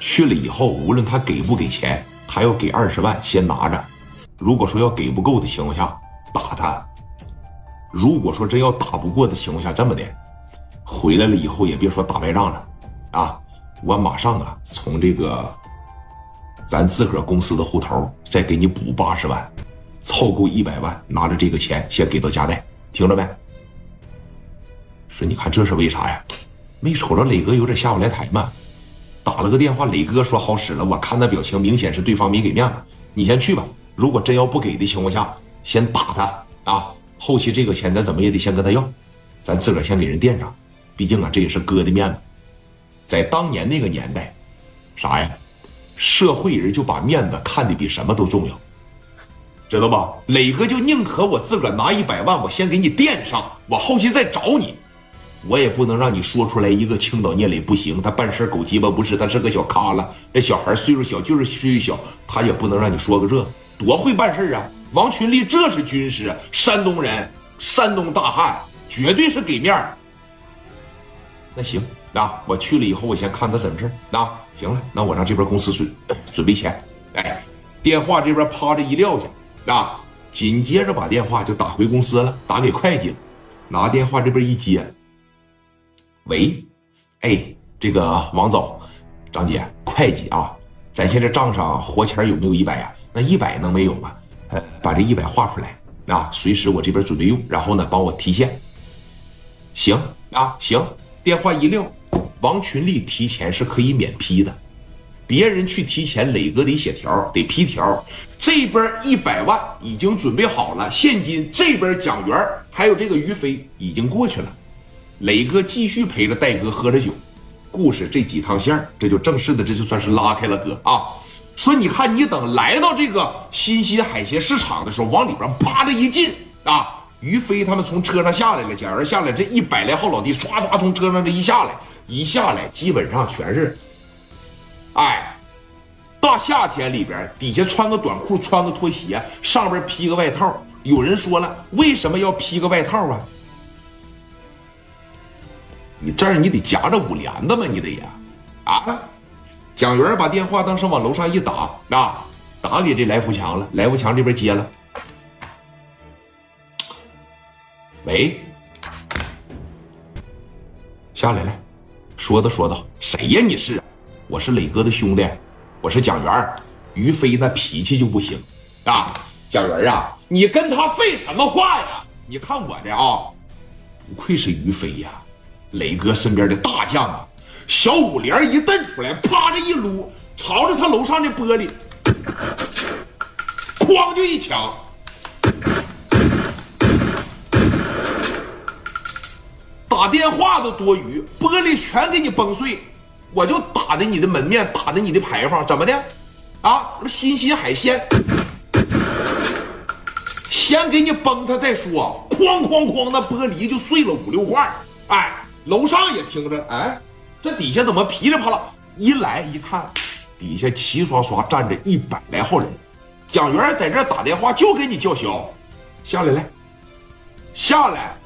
去了以后，无论他给不给钱，他要给20万先拿着。如果说要给不够的情况下，打他。如果说真要打不过的情况下，这么的，回来了以后也别说打败仗了啊，我马上啊从这个咱自个儿公司的户头再给你补80万，凑够100万，拿着这个钱先给到家代，听着没？是，你看这是为啥呀？没瞅着磊哥有点下不来台吗？打了个电话，磊哥说好使了，我看那表情明显是对方没给面子，你先去吧。如果真要不给的情况下，先打他啊！后期这个钱咱怎么也得先跟他要，咱自个儿先给人垫上，毕竟啊这也是哥的面子。在当年那个年代，啥呀？社会人就把面子看得比什么都重要，知道吧？磊哥就宁可我自个儿拿100万，我先给你垫上，我后期再找你。我也不能让你说出来一个青岛聂磊不行，他办事狗鸡巴不是，他是个小咖了。这小孩岁数小就是岁数小，他也不能让你说个这，多会办事啊！王群力这是军师，山东人，山东大汉，绝对是给面儿。那行啊，我去了以后，我先看他怎么事啊。行了，那我让这边公司准备钱。哎，电话这边趴着一撂下啊，紧接着把电话就打回公司了，打给会计了。拿电话这边一接。喂，哎，这个王总，张姐，会计啊，咱现在账上活钱有没有100呀？那100能没有吗？把这100画出来啊，随时我这边准备用，然后呢帮我提现。行啊，行。电话一撂，王群力提钱是可以免批的，别人去提钱，磊哥得写条，得批条。这边100万已经准备好了，现金这边蒋元还有这个于飞已经过去了。磊哥继续陪着戴哥喝着酒，故事这几趟线这就正式的，这就算是拉开了哥啊。说你看，你等来到这个新兴海鲜市场的时候，往里边啪的一进啊，于飞他们从车上下来了，蒋元下来，这100来号老弟唰唰从车上这一下来，基本上全是，哎，大夏天里边底下穿个短裤，穿个拖鞋，上边披个外套。有人说了，为什么要披个外套啊？你这儿你得夹着5连子嘛，你得呀，啊！蒋元把电话当时往楼上一打，打给这来福强了。来福强这边接了，喂，下来来，说道，谁呀你是？我是磊哥的兄弟，我是蒋元。于飞那脾气就不行啊，蒋元啊，你跟他废什么话呀？你看我的啊，不愧是于飞呀。磊哥身边的大将啊，小5连一蹬出来，啪着一撸，朝着他楼上的玻璃，哐就一枪。打电话都多余，玻璃全给你崩碎，我就打的你的门面，打的你的牌坊，怎么的？啊，新鲜海鲜，先给你崩它再说，哐哐哐，那玻璃就碎了5、6块，哎。楼上也听着，哎，这底下怎么噼里啪啦？一来一看，底下齐刷刷站着100来号人。蒋元在这打电话就给你叫嚣，下来，